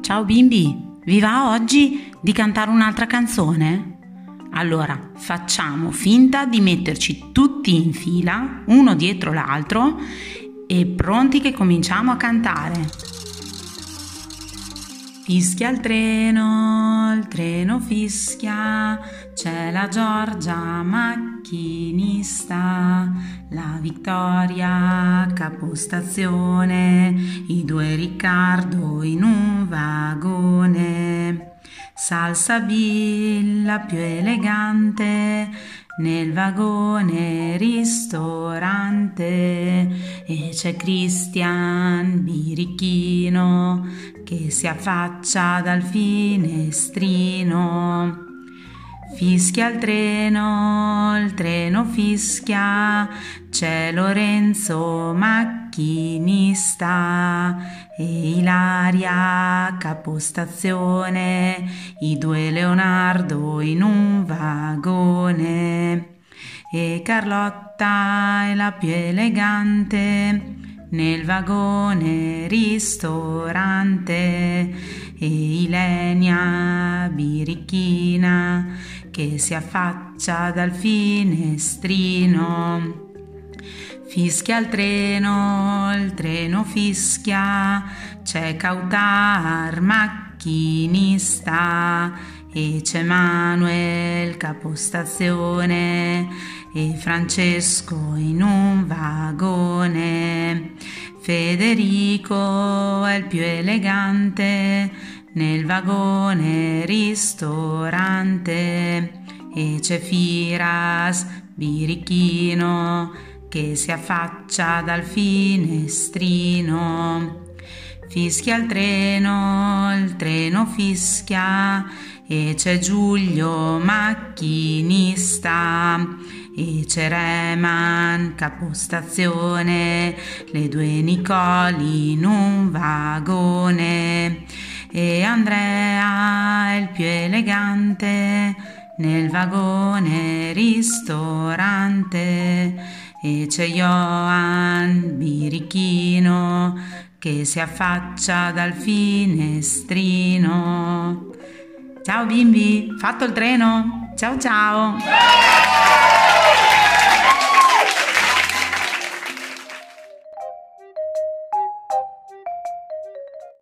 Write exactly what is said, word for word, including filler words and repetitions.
Ciao bimbi, vi va oggi di cantare un'altra canzone? Allora, facciamo finta di metterci tutti in fila, uno dietro l'altro, e pronti che cominciamo a cantare. Fischia il treno, il treno fischia, c'è la Giorgia macchinista, la Vittoria capostazione, i due Riccardo in un vagone. Salsabilla più elegante, nel vagone ristorante, e c'è Christian birichino che si affaccia dal finestrino. Fischia il treno, il treno fischia, c'è Lorenzo macchinista e Ilaria capostazione, i due Leonardo in un vagone. E Carlotta è la più elegante, nel vagone ristorante, e Ilenia birichina che si affaccia dal finestrino. Fischia il treno, il treno fischia, c'è Cautar macchinista e c'è Manuel capostazione e Francesco in un vagone. Federico è il più elegante, nel vagone ristorante, e c'è Firas birichino che si affaccia dal finestrino. Fischia il treno, il treno fischia, e c'è Giulio macchinista, e c'è Reman capostazione, le due Nicoli in un vagone, e Andrea è il più elegante, nel vagone ristorante, e c'è Johan birichino che si affaccia dal finestrino. Ciao bimbi, fatto il treno? Ciao ciao!